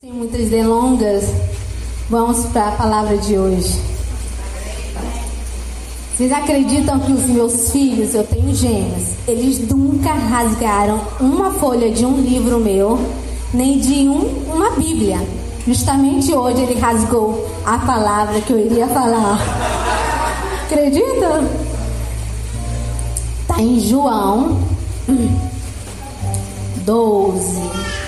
Sem muitas delongas, vamos para a palavra de hoje. Vocês acreditam que os meus filhos, eu tenho gêmeos, eles nunca rasgaram uma folha de um livro meu, nem de uma Bíblia. Justamente hoje ele rasgou a palavra que eu iria falar. Acredita? Está em João 12.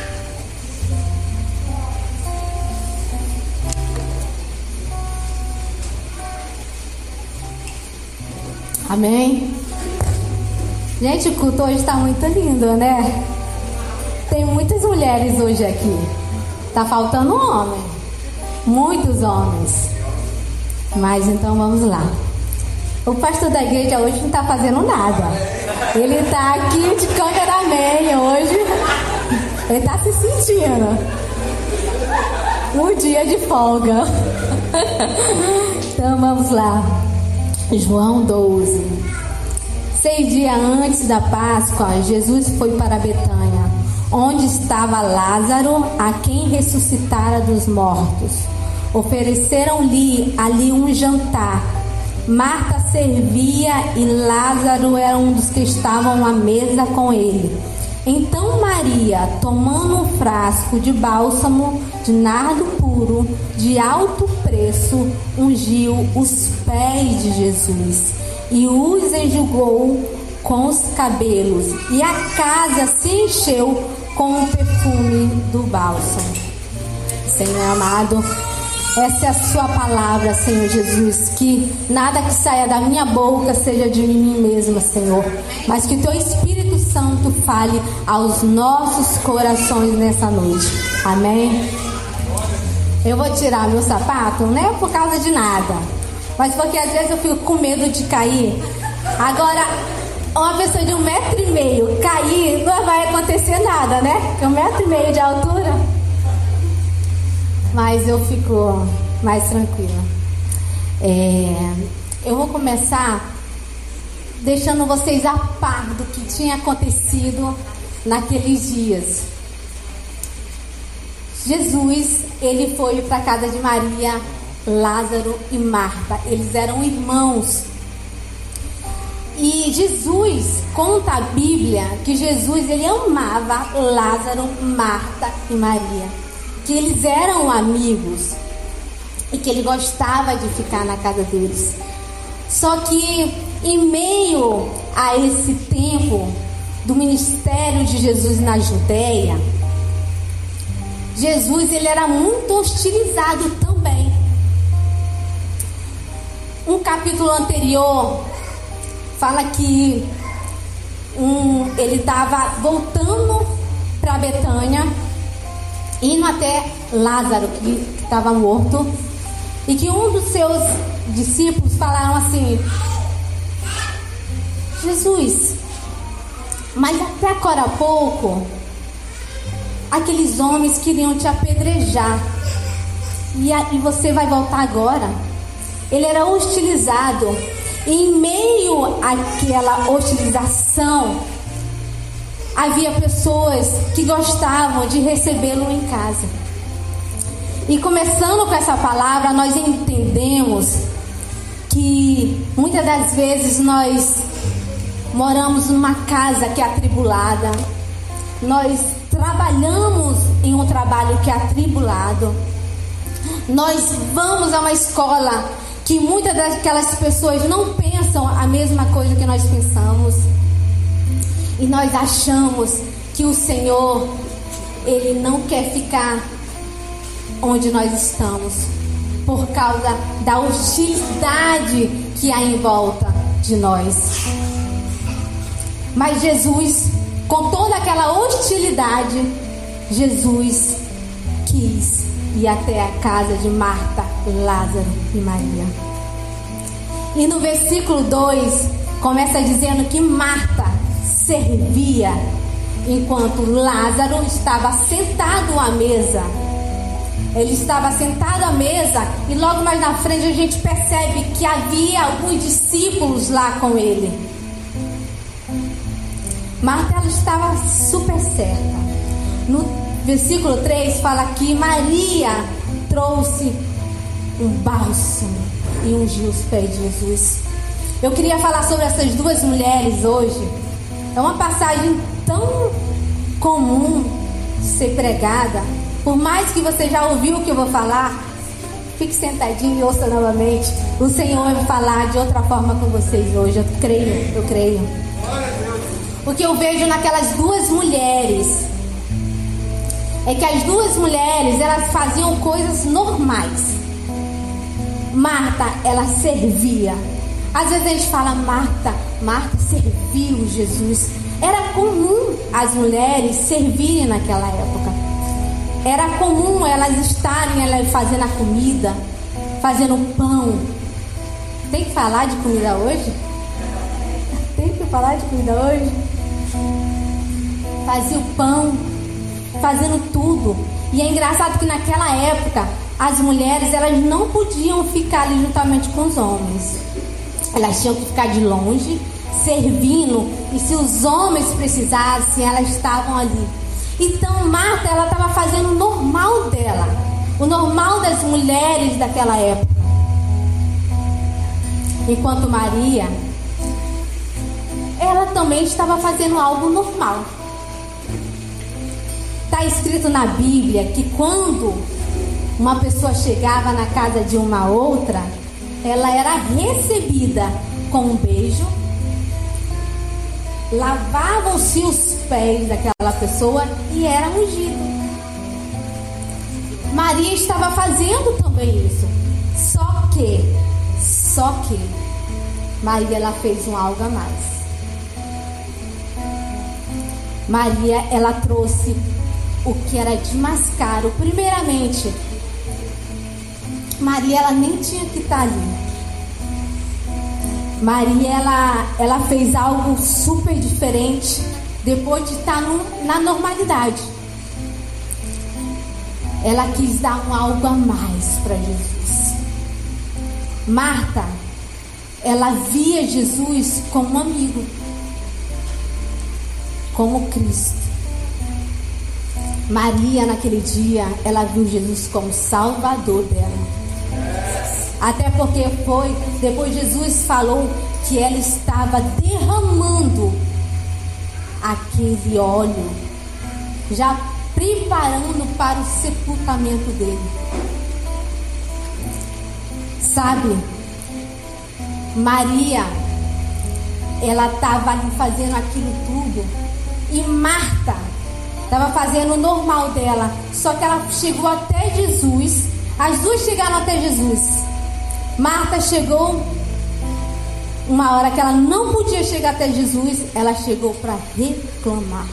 Amém? Gente, o culto hoje está muito lindo, né? Tem muitas mulheres hoje aqui. Tá faltando homem. Muitos homens. Mas então vamos lá. O pastor da igreja hoje não está fazendo nada. Ele está aqui de cameraman hoje. Ele está se sentindo. Um dia de folga. Então vamos lá. João 12. 6 dias antes da Páscoa, Jesus foi para Betânia, onde estava Lázaro, a quem ressuscitara dos mortos. Ofereceram-lhe ali um jantar. Marta servia e Lázaro era um dos que estavam à mesa com ele. Então Maria, tomando um frasco de bálsamo de nardo puro, de alto preço, ungiu os pés de Jesus e os enxugou com os cabelos, e a casa se encheu com o perfume do bálsamo. Senhor amado, essa é a sua palavra, Senhor Jesus, que nada que saia da minha boca seja de mim mesma, Senhor, mas que teu Espírito Santo fale aos nossos corações nessa noite. Amém? Eu vou tirar meu sapato, não é por causa de nada, mas porque às vezes eu fico com medo de cair. Agora, uma pessoa de 1,5 m cair, não vai acontecer nada, né? Porque 1,5 m de altura. Mas eu fico mais tranquila. Eu vou começar deixando vocês a par do que tinha acontecido naqueles dias. Jesus, ele foi para a casa de Maria, Lázaro e Marta. Eles eram irmãos. E Jesus, conta a Bíblia que Jesus, ele amava Lázaro, Marta e Maria, que eles eram amigos e que ele gostava de ficar na casa deles. Só que em meio a esse tempo do ministério de Jesus na Judeia, Jesus, ele era muito hostilizado também. Um capítulo anterior fala que ele estava voltando para Betânia, indo até Lázaro, que estava morto, e que um dos seus discípulos falaram assim: Jesus, mas até agora há pouco aqueles homens queriam te apedrejar, e você vai voltar agora? Ele era hostilizado, e em meio àquela hostilização havia pessoas que gostavam de recebê-lo em casa. E começando com essa palavra, nós entendemos que muitas das vezes nós moramos numa casa que é atribulada, nós trabalhamos em um trabalho que é atribulado, nós vamos a uma escola que muitas daquelas pessoas não pensam a mesma coisa que nós pensamos, e nós achamos que o Senhor, ele não quer ficar onde nós estamos, por causa da hostilidade que há em volta de nós. Mas Jesus, com toda aquela hostilidade, Jesus quis ir até a casa de Marta, Lázaro e Maria. E no versículo 2 começa dizendo que Marta servia enquanto Lázaro estava sentado à mesa. Ele estava sentado à mesa, e logo mais na frente a gente percebe que havia alguns discípulos lá com ele. Marta, ela estava super certa. No versículo 3 fala que Maria trouxe um bálsamo e ungiu os pés de Jesus. Eu queria falar sobre essas duas mulheres hoje. É uma passagem tão comum de ser pregada. Por mais que você já ouviu o que eu vou falar, fique sentadinho e ouça novamente. O Senhor vai falar de outra forma com vocês hoje. Eu creio. O que eu vejo naquelas duas mulheres é que as duas mulheres, elas faziam coisas normais. Marta, ela servia. Às vezes a gente fala Marta serviu Jesus. Era comum as mulheres servirem naquela época. Era comum elas estarem fazendo a comida, fazendo o pão. Tem que falar de comida hoje? Tem que falar de comida hoje? Fazia o pão, fazendo tudo. E é engraçado que naquela época as mulheres, elas não podiam ficar ali juntamente com os homens. Elas tinham que ficar de longe, servindo. E se os homens precisassem, elas estavam ali. Então Marta, ela estava fazendo o normal dela, o normal das mulheres daquela época. Enquanto Maria, ela também estava fazendo algo normal. Está escrito na Bíblia que quando uma pessoa chegava na casa de uma outra, ela era recebida com um beijo, lavavam-se os pés daquela pessoa e era ungido. Maria estava fazendo também isso. Só que Maria, ela fez um algo a mais. Maria, ela trouxe o que era de mais caro. Primeiramente, Maria, ela nem tinha que estar ali. Maria, ela fez algo super diferente depois de estar na normalidade. Ela quis dar um algo a mais para Jesus. Marta, ela via Jesus como um amigo, como Cristo. Maria, naquele dia, ela viu Jesus como Salvador dela. Até porque depois Jesus falou que ela estava derramando aquele óleo, já preparando para o sepultamento dele. Sabe, Maria, ela estava ali fazendo aquilo tudo, e Marta estava fazendo o normal dela. Só que ela chegou até Jesus. As duas chegaram até Jesus. Marta chegou uma hora que ela não podia chegar até Jesus. Ela chegou para reclamar.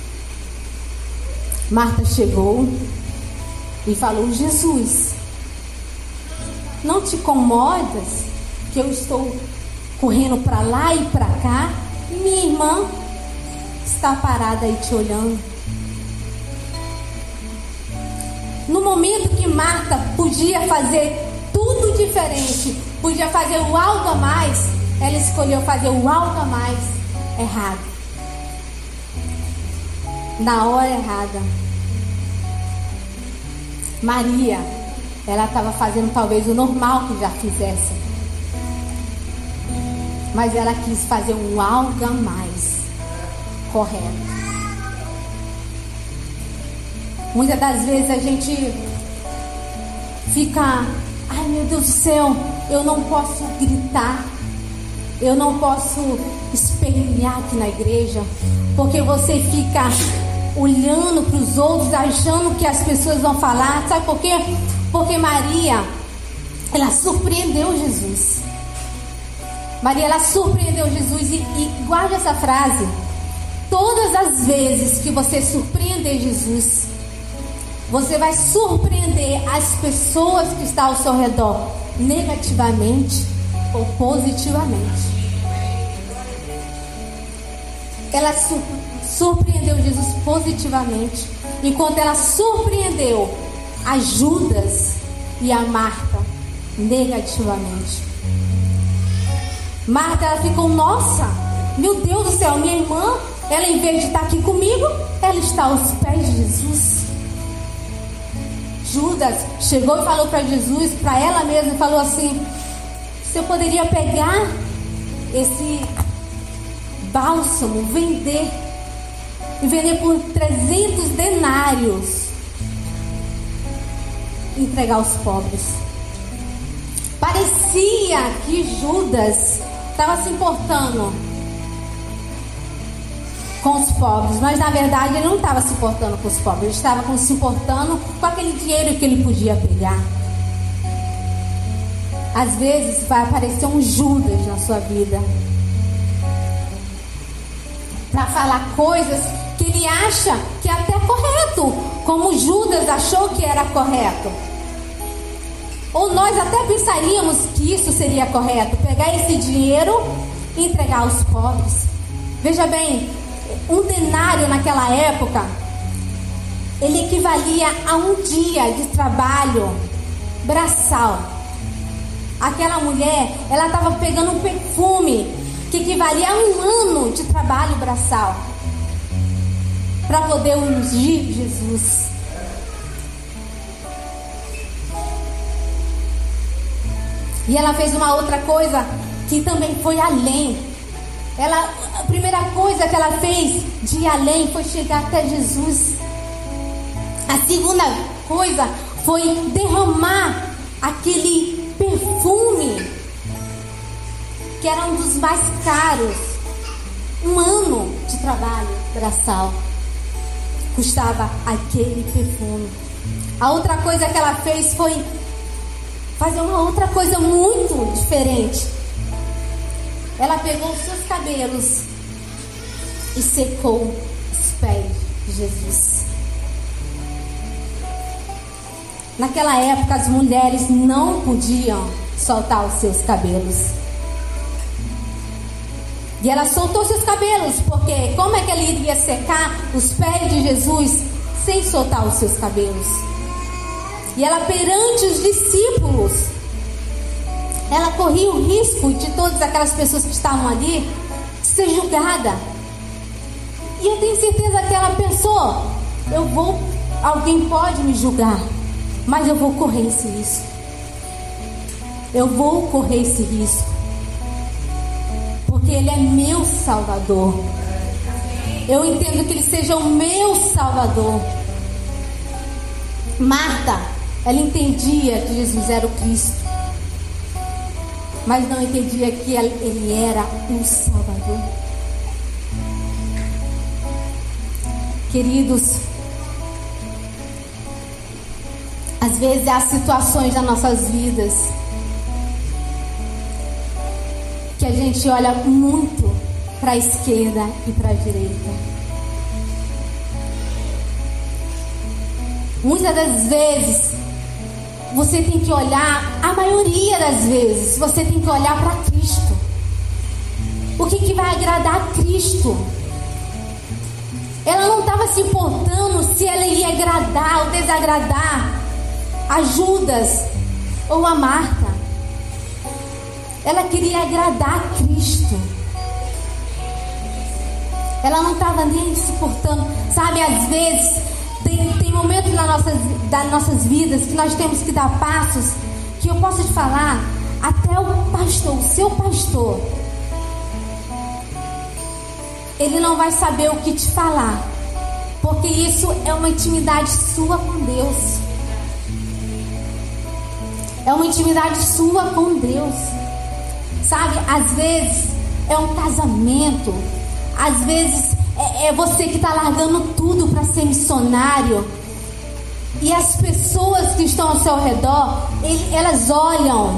Marta chegou e falou: Jesus, não te incomodas que eu estou correndo para lá e para cá? Minha irmã está parada aí te olhando. No momento que Marta podia fazer tudo diferente, podia fazer o algo a mais, ela escolheu fazer o algo a mais errado, na hora errada. Maria, ela estava fazendo talvez o normal que já fizesse, mas ela quis fazer um algo a mais correto. Muitas das vezes a gente fica: ai meu Deus do céu, eu não posso gritar, eu não posso espernear aqui na igreja, porque você fica olhando para os outros, achando que as pessoas vão falar. Sabe por quê? Porque Maria, ela surpreendeu Jesus. Maria, ela surpreendeu Jesus. E guarde essa frase: todas as vezes que você surpreender Jesus, você vai surpreender as pessoas que estão ao seu redor, negativamente ou positivamente. Ela surpreendeu Jesus positivamente, enquanto ela surpreendeu a Judas e a Marta negativamente. Marta, ela ficou: nossa, meu Deus do céu, minha irmã, ela em vez de estar aqui comigo, ela está aos pés de Jesus. Judas chegou e falou para Jesus, para ela mesma, e falou assim: você poderia pegar esse bálsamo, vender por 300 denários, e entregar aos pobres. Parecia que Judas estava se importando com os pobres, mas na verdade ele não estava se importando com os pobres, ele estava se importando com aquele dinheiro que ele podia pegar. Às vezes vai aparecer um Judas na sua vida para falar coisas que ele acha que é até correto, como Judas achou que era correto. Ou nós até pensaríamos que isso seria correto, pegar esse dinheiro e entregar aos pobres. Veja bem, um denário naquela época, ele equivalia a um dia de trabalho braçal. Aquela mulher, ela estava pegando um perfume que equivalia a um ano de trabalho braçal para poder ungir Jesus. E ela fez uma outra coisa que também foi além. A primeira coisa que ela fez de ir além foi chegar até Jesus. A segunda coisa foi derramar aquele perfume que era um dos mais caros. Um ano de trabalho braçal custava aquele perfume. A outra coisa que ela fez foi fazer uma outra coisa muito diferente. Ela pegou os seus cabelos e secou os pés de Jesus. Naquela época as mulheres não podiam soltar os seus cabelos. E ela soltou seus cabelos, porque como é que ela iria secar os pés de Jesus sem soltar os seus cabelos? E ela, perante os discípulos, ela corria o risco de todas aquelas pessoas que estavam ali ser julgada. E eu tenho certeza que ela pensou: alguém pode me julgar, mas eu vou correr esse risco. Eu vou correr esse risco, porque Ele é meu Salvador. Eu entendo que Ele seja o meu Salvador. Marta, ela entendia que Jesus era o Cristo, mas não entendia que Ele era o Salvador. Queridos, às vezes há situações nas nossas vidas que a gente olha muito para a esquerda e para a direita. Muitas das vezes você tem que olhar, a maioria das vezes você tem que olhar para Cristo. O que vai agradar a Cristo? Ela não estava se importando se ela ia agradar ou desagradar a Judas ou a Marta. Ela queria agradar a Cristo. Ela não estava nem se importando. Sabe, às vezes tem momentos das nossas vidas que nós temos que dar passos, que eu posso te falar, até o pastor, o seu pastor, ele não vai saber o que te falar, porque isso é uma intimidade sua com Deus. É uma intimidade sua com Deus. Sabe, às vezes é um casamento, às vezes é você que está largando tudo para ser missionário, e as pessoas que estão ao seu redor, elas olham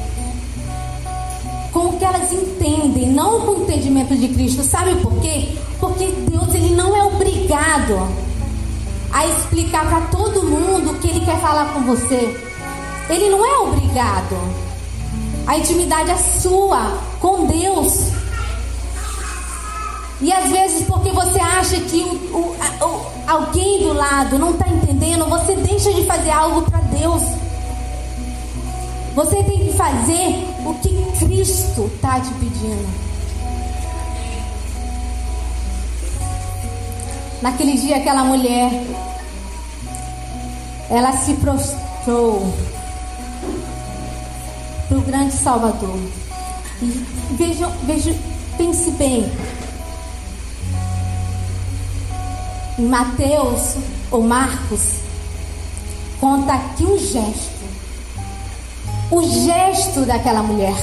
com o que elas entendem, não com o entendimento de Cristo. Sabe por quê? Porque Deus, Ele não é obrigado a explicar para todo mundo o que Ele quer falar com você. Ele não é obrigado. A intimidade é sua com Deus. E às vezes, porque você acha que alguém do lado não está entendendo, você deixa de fazer algo para Deus. Você tem que fazer o que Cristo está te pedindo. Naquele dia, aquela mulher, ela se prostrou para o grande Salvador. E pense bem. Em Mateus ou Marcos conta aqui um gesto. O gesto daquela mulher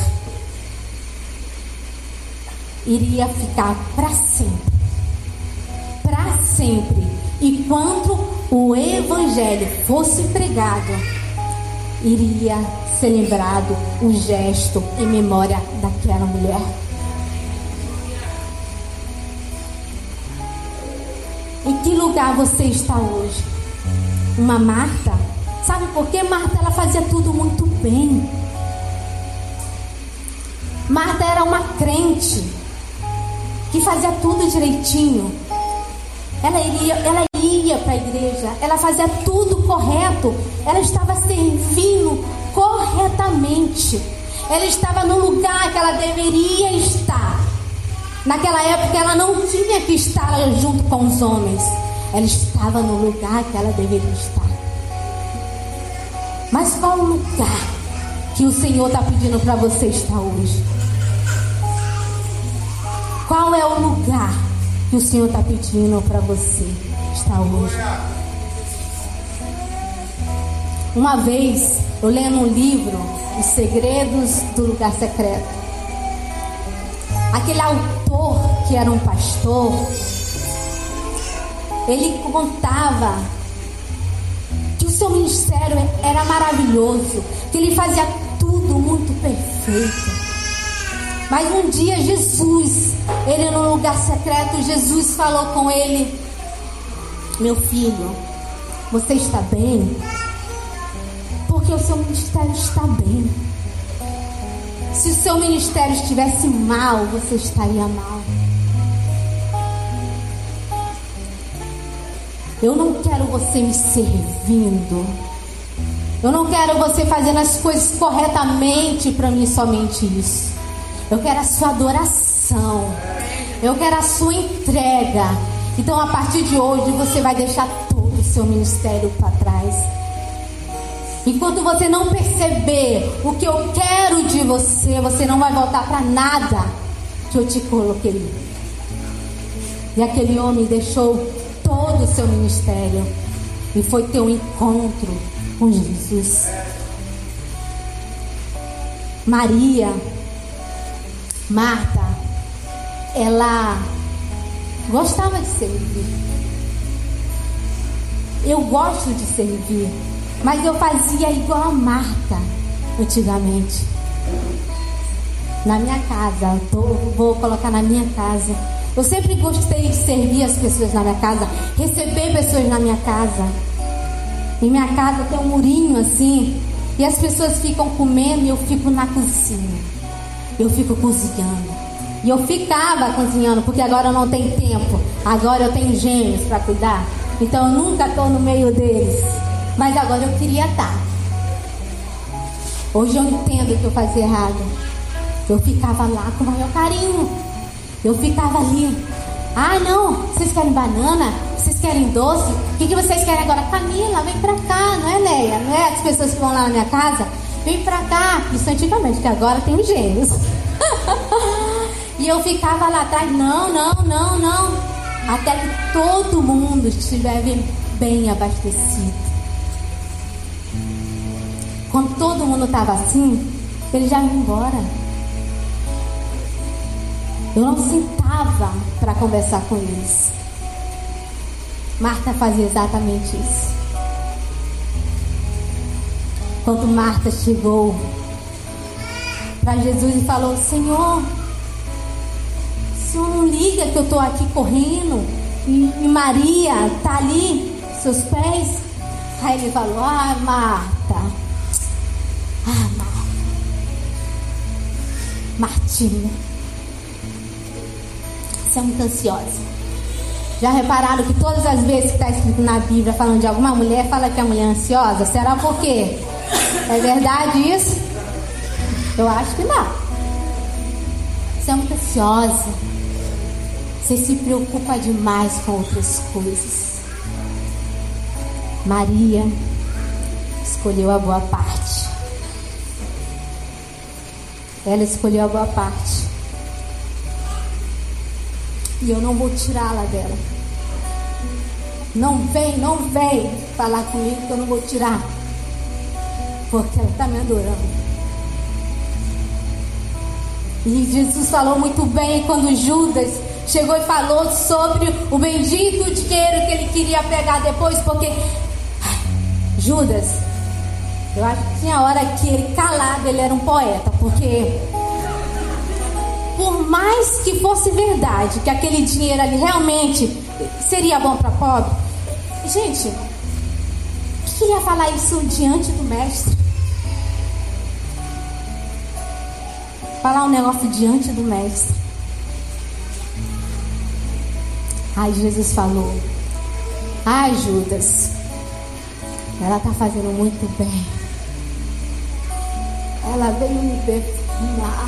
iria ficar para sempre. Para sempre. E quando o evangelho fosse pregado, iria ser lembrado o gesto em memória daquela mulher. Em que lugar você está hoje? Uma Marta? Sabe por quê? Marta, ela fazia tudo muito bem. Marta era uma crente que fazia tudo direitinho. Ela ia para a igreja, ela fazia tudo correto, ela estava servindo corretamente, ela estava no lugar que ela deveria estar. Naquela época ela não tinha que estar junto com os homens, ela estava no lugar que ela deveria estar. Mas qual o lugar que o Senhor está pedindo para você estar hoje? Qual é o lugar que o Senhor está pedindo para você estar hoje? Uma vez, eu lendo um livro, Os Segredos do Lugar Secreto, aquele autor que era um pastor, ele contava que o seu ministério era maravilhoso, que ele fazia tudo muito perfeito. Mas um dia Jesus, ele no lugar secreto, Jesus falou com ele: meu filho, você está bem? Porque o seu ministério está bem. Se o seu ministério estivesse mal, você estaria mal. Eu não quero você me servindo. Eu não quero você fazendo as coisas corretamente para mim, somente isso. Eu quero a sua adoração. Eu quero a sua entrega. Então, a partir de hoje, você vai deixar todo o seu ministério para trás. Enquanto você não perceber o que eu quero de você, você não vai voltar para nada que eu te coloquei. E aquele homem deixou todo o seu ministério e foi ter um encontro com Jesus. Marta, ela gostava de servir. Eu gosto de servir, mas eu fazia igual a Marta antigamente. Na minha casa, vou colocar na minha casa. Eu sempre gostei de servir as pessoas na minha casa, receber pessoas na minha casa. Em minha casa tem um murinho assim, e as pessoas ficam comendo e eu fico na cozinha. Eu fico cozinhando. E eu ficava cozinhando, porque agora eu não tenho tempo. Agora eu tenho gêmeos para cuidar. Então eu nunca estou no meio deles. Mas agora eu queria estar. Hoje eu entendo que eu fazia errado. Eu ficava lá com o maior carinho. Eu ficava ali. Ah, não, vocês querem banana? Vocês querem doce? O que vocês querem agora? Camila, vem pra cá, não é, Leia? Não é as pessoas que vão lá na minha casa? Vem pra cá. Isso antigamente, que agora tem os gêmeos. E eu ficava lá atrás. Não. Até que todo mundo estivesse bem abastecido. Quando todo mundo estava assim, ele já ia embora. Eu não sentava para conversar com eles. Marta fazia exatamente isso. Quando Marta chegou para Jesus e falou: Senhor, o Senhor não liga que eu estou aqui correndo e Maria está ali, seus pés? Aí ele falou: Martinha, você é muito ansiosa. Já repararam que todas as vezes que está escrito na Bíblia falando de alguma mulher, fala que a mulher é ansiosa? Será por quê? É verdade isso? Eu acho que não. Você é muito ansiosa. Você se preocupa demais com outras coisas. Maria, escolheu a boa parte. Ela escolheu a boa parte. E eu não vou tirá-la dela. Não vem falar comigo que eu não vou tirar. Porque ela está me adorando. E Jesus falou muito bem quando Judas chegou e falou sobre o bendito dinheiro que ele queria pegar depois. Porque Judas, eu acho que tinha hora que ele calado, ele era um poeta. Porque por mais que fosse verdade que aquele dinheiro ali realmente seria bom para pobre, gente, queria falar isso diante do mestre. Falar um negócio diante do mestre. Aí Jesus falou: ai, Judas, ela está fazendo muito bem. Ela veio me perfumar.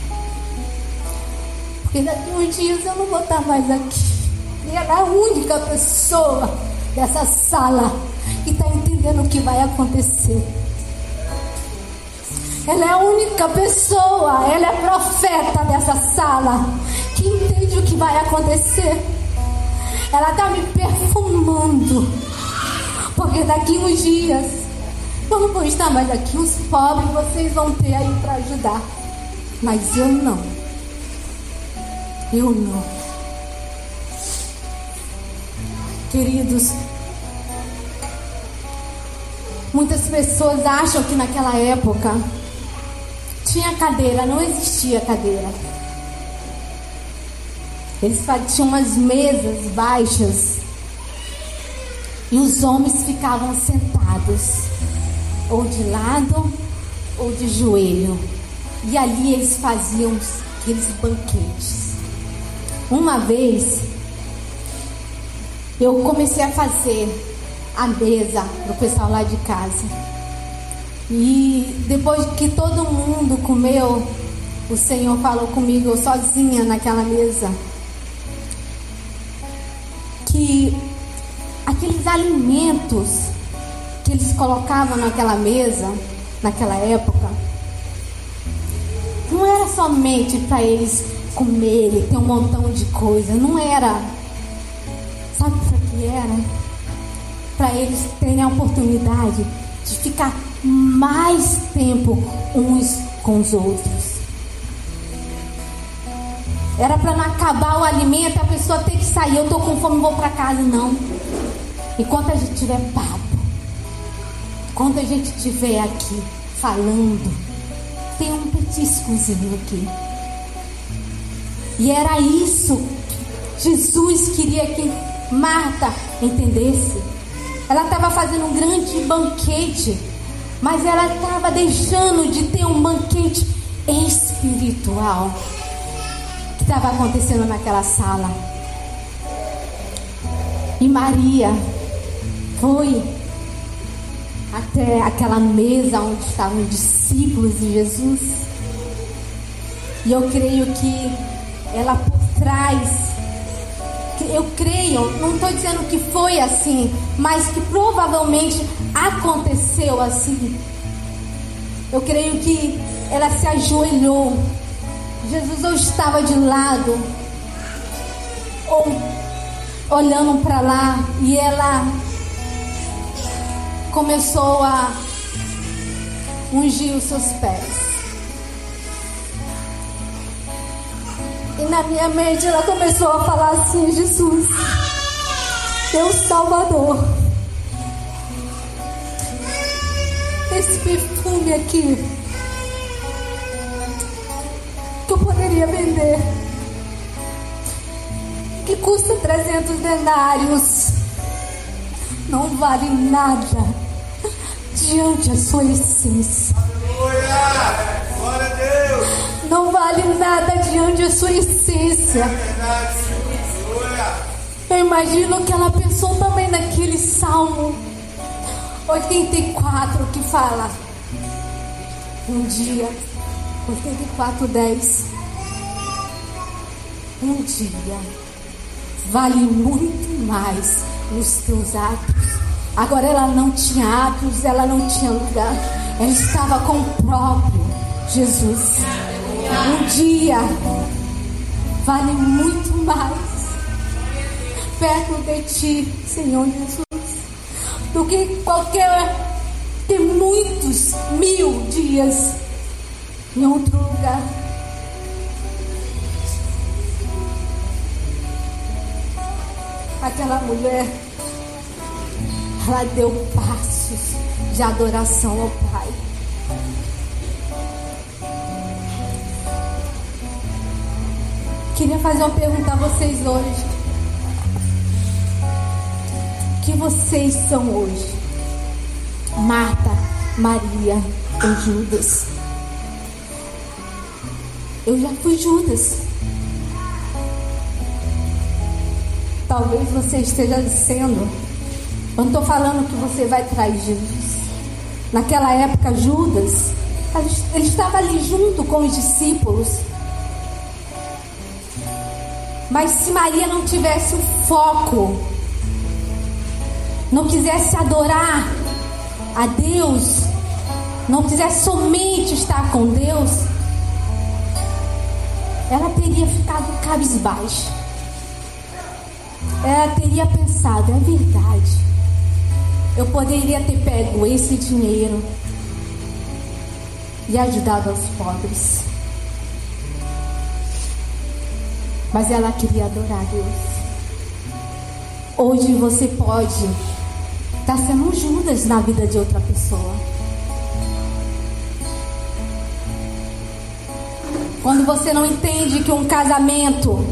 Porque daqui uns dias eu não vou estar mais aqui. E ela é a única pessoa dessa sala que está entendendo o que vai acontecer. Ela é a única pessoa, ela é profeta dessa sala, que entende o que vai acontecer. Ela está me perfumando. Porque daqui uns dias eu não vou estar mais aqui. Os pobres vocês vão ter aí para ajudar. Mas eu não. Eu não. Queridos, muitas pessoas acham que naquela época tinha cadeira, não existia cadeira. Eles tinham umas mesas baixas e os homens ficavam sentados, ou de lado ou de joelho, e ali eles faziam aqueles banquetes. Uma vez eu comecei a fazer a mesa para o pessoal lá de casa. E depois que todo mundo comeu, o Senhor falou comigo, eu sozinha naquela mesa, que aqueles alimentos que eles colocavam naquela mesa, naquela época, não era somente para eles comerem, ter um montão de coisa, não era. Sabe para que era? Para eles terem a oportunidade de ficar mais tempo uns com os outros. Era para não acabar o alimento, a pessoa ter que sair. Eu estou com fome, vou para casa. Não. Enquanto a gente tiver papo, enquanto a gente estiver aqui falando, tem um petiscozinho aqui. E era isso que Jesus queria que Marta entendesse. Ela estava fazendo um grande banquete, mas ela estava deixando de ter um banquete espiritual que estava acontecendo naquela sala. E Maria foi até aquela mesa onde estavam os discípulos de Jesus. E eu creio que ela por trás, eu creio, não estou dizendo que foi assim, mas que provavelmente aconteceu assim. Eu creio que ela se ajoelhou. Jesus ou estava de lado, ou olhando para lá, e ela começou a ungir os seus pés. E na minha mente ela começou a falar assim: Jesus, meu Salvador, esse perfume aqui que eu poderia vender, que custa 300 denários, não vale nada diante da sua essência. Glória a Deus. Não vale nada diante da sua essência. Eu imagino que ela pensou também naquele Salmo 84 que fala: um dia, 84:10, um dia vale muito mais nos teus atos Agora ela não tinha atos, ela não tinha lugar. Ela estava com o próprio Jesus. Um dia vale muito mais perto de ti, Senhor Jesus, do que muitos 1000 dias em outro lugar. Aquela mulher, ela deu passos de adoração ao Pai. Queria fazer uma pergunta a vocês hoje. O que vocês são hoje? Marta, Maria ou Judas? Eu já fui Judas. Talvez você esteja sendo. Eu não estou falando que você vai trair Jesus. Naquela época, Judas, ele estava ali junto com os discípulos. Mas se Maria não tivesse o foco, não quisesse adorar a Deus, não quisesse somente estar com Deus, ela teria ficado cabisbaixa. Ela teria pensado, é verdade, eu poderia ter pego esse dinheiro e ajudado aos pobres. Mas ela queria adorar a Deus. Hoje você pode estar sendo um Judas na vida de outra pessoa. Quando você não entende que um casamento,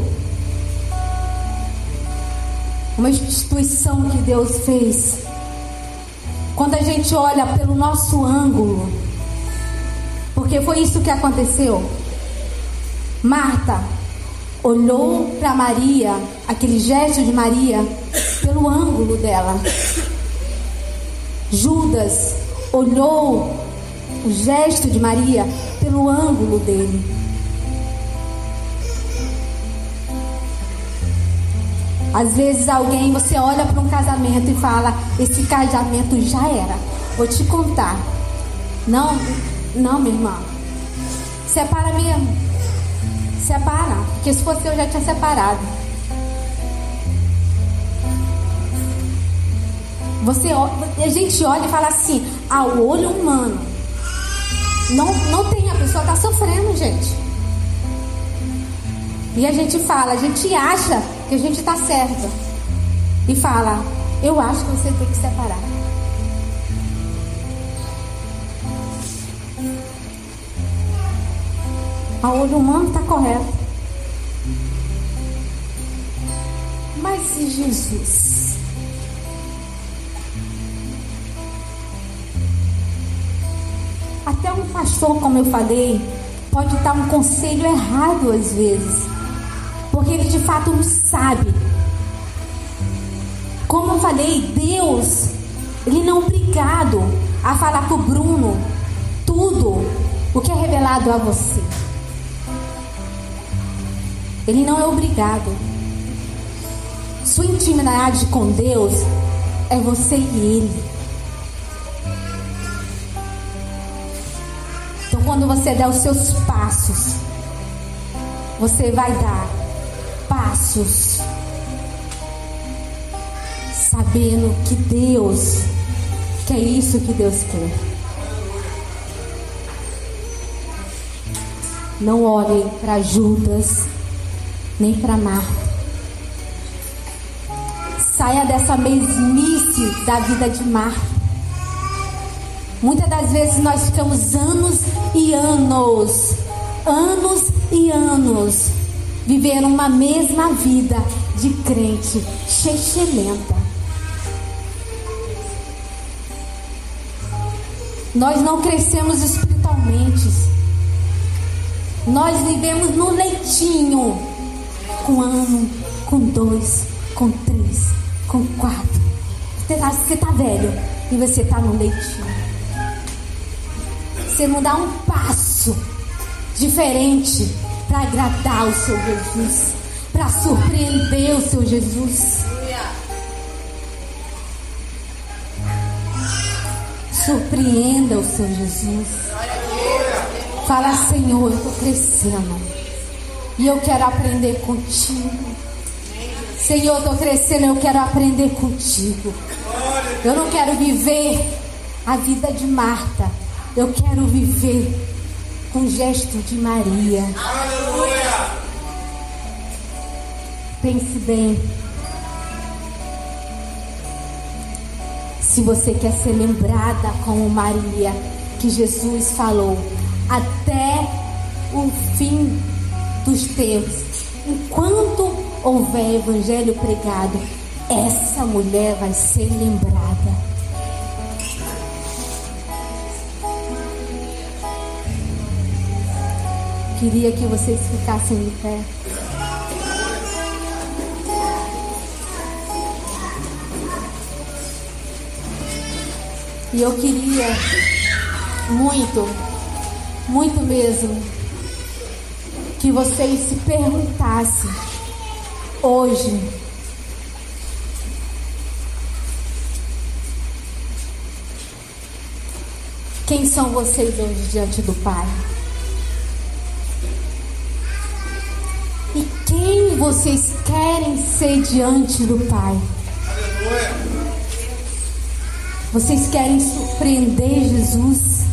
uma instituição que Deus fez, quando a gente olha pelo nosso ângulo, porque foi isso que aconteceu. Marta olhou para Maria, aquele gesto de Maria, pelo ângulo dela. Judas olhou o gesto de Maria pelo ângulo dele. Às vezes você olha para um casamento e fala, esse casamento já era. Vou te contar. Não, minha irmã. Separa mesmo. Separa. Porque se fosse eu já tinha separado. A gente olha e fala assim, ao olho humano. Não tem, a pessoa está sofrendo, gente. E a gente fala, a gente acha que a gente está certo. E fala, eu acho que você tem que separar. Ao olho humano está correto. Mas e Jesus? Até um pastor, como eu falei, pode dar um conselho errado às vezes, porque ele de fato não sabe. Como eu falei, Deus, Ele não é obrigado a falar para o Bruno tudo o que é revelado a você. Ele não é obrigado. Sua intimidade com Deus é você e Ele. Então quando você der os seus passos, você vai dar passos sabendo que Deus, que é isso que Deus quer. Não olhem para Judas nem para Marta. Saia dessa mesmice da vida de Marta. Muitas das vezes nós ficamos anos e anos vivendo uma mesma vida de crente chechelenta. Nós não crescemos espiritualmente. Nós vivemos no leitinho, com 1, com 2, com 3, com 4. Você tá velho e você tá no leitinho. Você não dá um passo diferente para agradar o seu Jesus, para surpreender o seu Jesus. Surpreenda o seu Jesus. Fala: Senhor, eu estou crescendo e eu quero aprender contigo. Senhor, eu estou crescendo e eu quero aprender contigo. Eu não quero viver a vida de Marta. Eu quero viver com o gesto de Maria. Aleluia! Pense bem. Se você quer ser lembrada como Maria, que Jesus falou, até o fim dos tempos, enquanto houver evangelho pregado, essa mulher vai ser lembrada. Queria que vocês ficassem de pé. E eu queria muito, muito mesmo, que vocês se perguntassem hoje: quem são vocês hoje diante do Pai? E quem vocês querem ser diante do Pai? Aleluia! Vocês querem surpreender Jesus?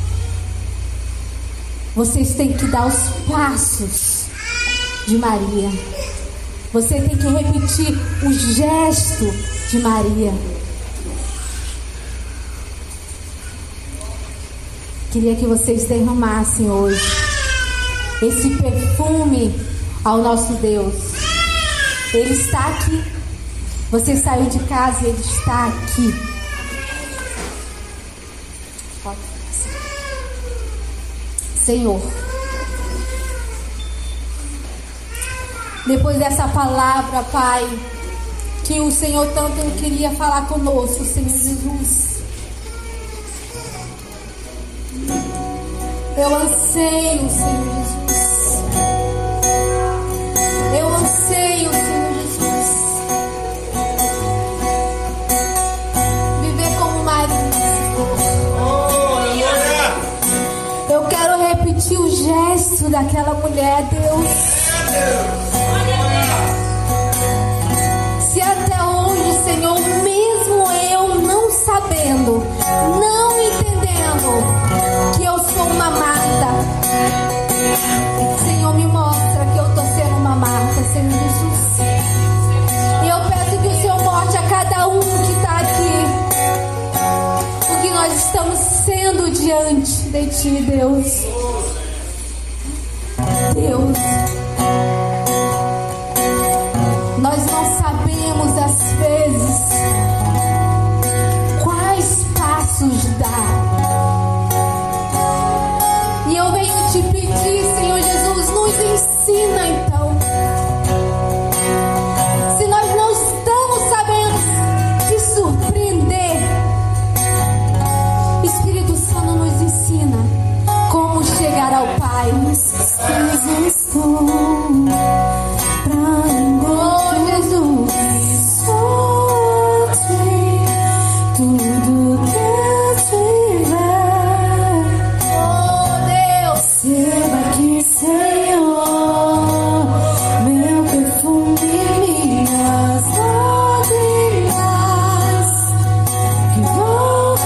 Vocês têm que dar os passos de Maria. Você tem que repetir o gesto de Maria. Queria que vocês derramassem hoje esse perfume ao nosso Deus. Ele está aqui. Você saiu de casa e Ele está aqui. Senhor, depois dessa palavra, Pai, que o Senhor tanto queria falar conosco, Senhor Jesus, eu anseio, Senhor Jesus, eu anseio, Senhor Jesus, viver como Maria, Senhor. Eu quero repetir o gesto daquela mulher, Deus. Se até hoje, Senhor, mesmo eu não sabendo, não entendendo que eu sou uma Marta, Senhor, me mostra que eu estou sendo uma Marta, Senhor Jesus. E eu peço que o Senhor mostre a cada um que está aqui o que nós estamos sendo diante de Ti, Deus. Deus, nós não sabemos às vezes quais passos dar. E eu venho te pedir, Senhor Jesus, nos ensina então. Se nós não estamos sabendo te surpreender, Espírito Santo nos ensina como chegar ao Pai. Oh, Jesus, tudo que tiver, oh Deus, receba aqui, Senhor, meu perfume, minhas lágrimas que vão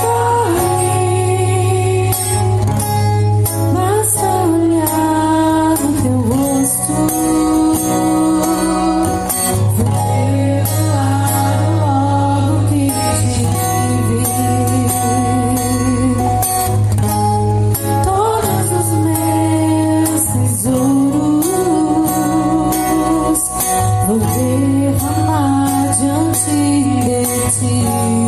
cair, basta olhar no teu rosto, ver logo que te vi. Todos os meus tesouros vou derramar diante de ti.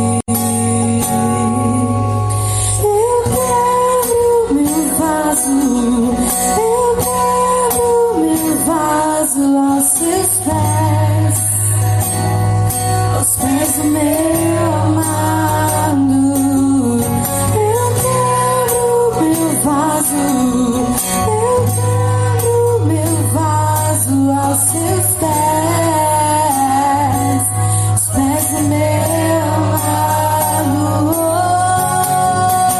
Eu quero meu vaso, eu quero meu vaso aos seus pés, aos pés do meu amado. Eu quero meu vaso, eu quero meu vaso aos seus pés, aos pés do meu amado.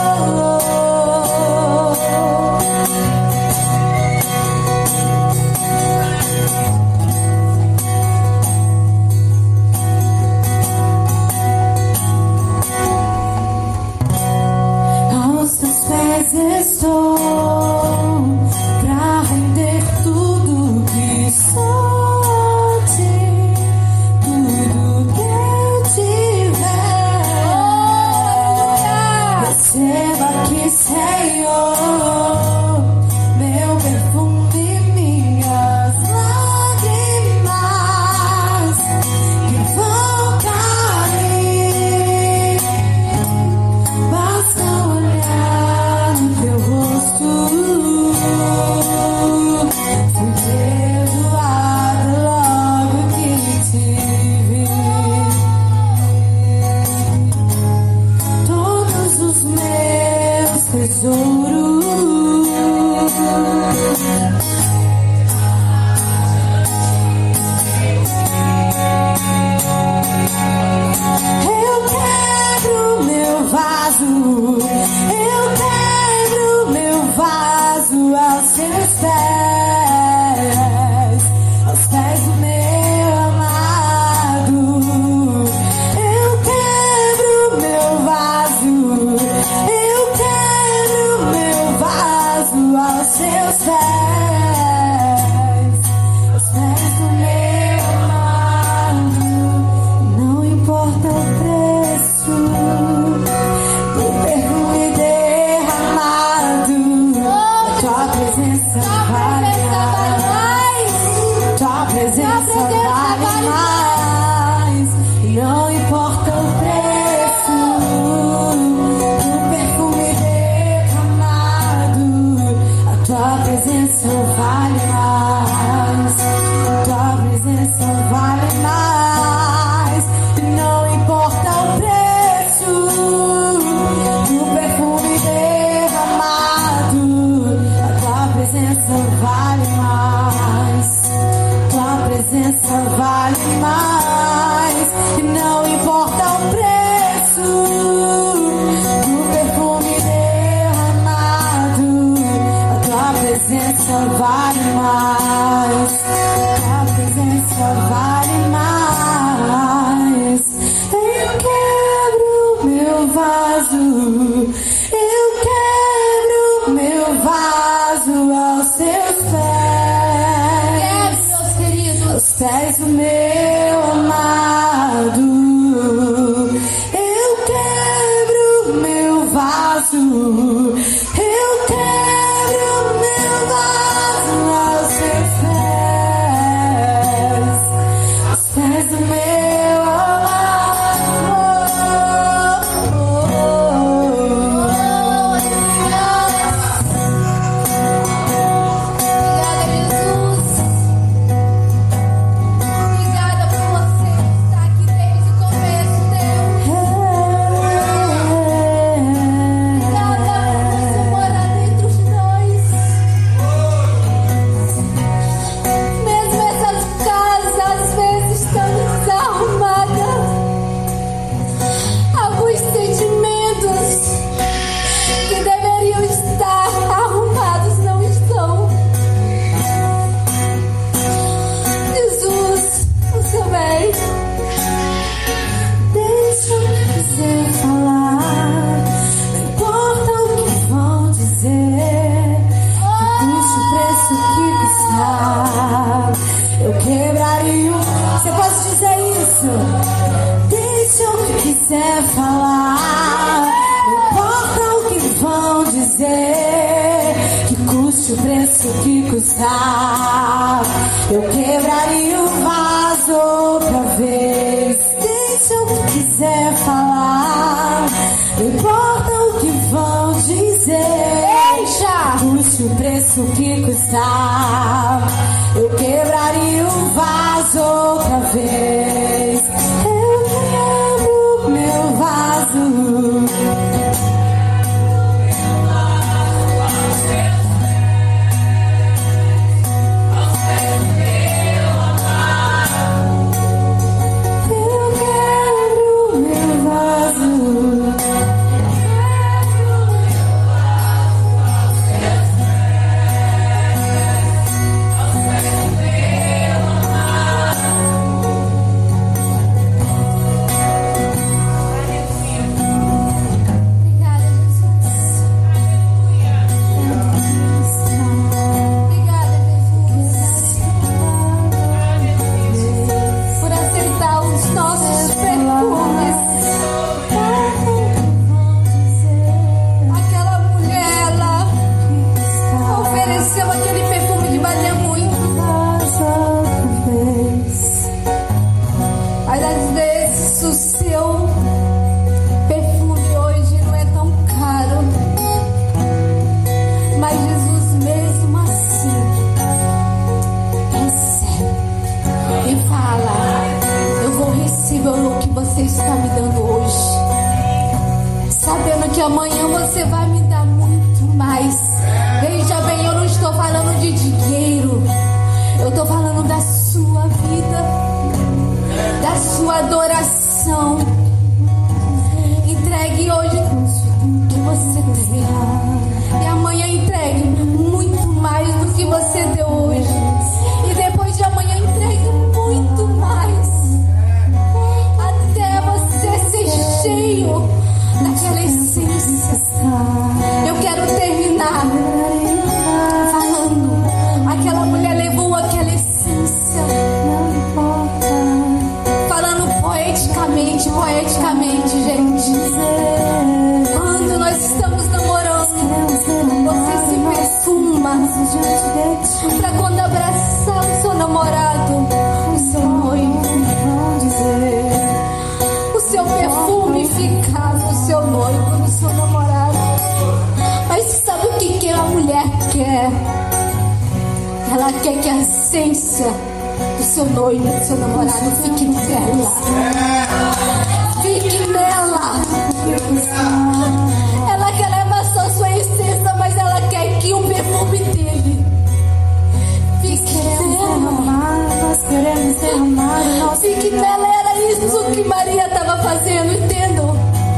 quer. Ela quer que a essência do seu noivo, do seu namorado fique nela. Fique nela. Ela quer levar só sua essência, mas ela quer que o perfume dele fique nela. Nós queremos derramar o nosso Fique nela. Era isso que Maria estava fazendo, entendam?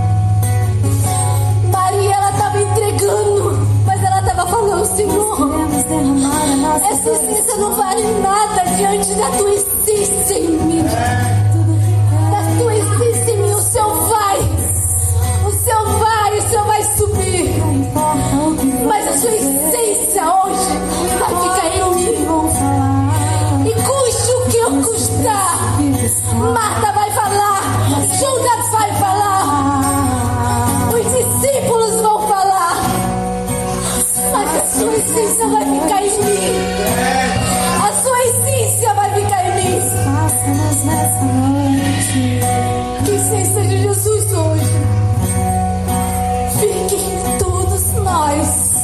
Maria, ela estava entregando, mas ela estava falando: Senhor, queremos derramar a nossa essa essência não vale nada diante da tua essência em mim. Da tua essência em mim, o Senhor vai. O Senhor vai subir. Mas a sua essência hoje vai ficar em mim. E custe o que eu custar. Marta vai falar, Judas vai falar, os discípulos vão falar, mas a sua essência vai ficar em mim. A sua essência vai ficar em mim. Faça-nos nessa noite. Que essência de Jesus hoje fique em todos nós.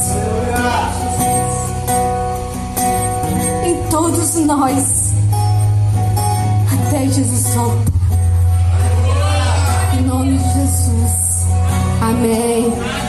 Em todos nós. Até Jesus voltar. Em nome de Jesus. Amém.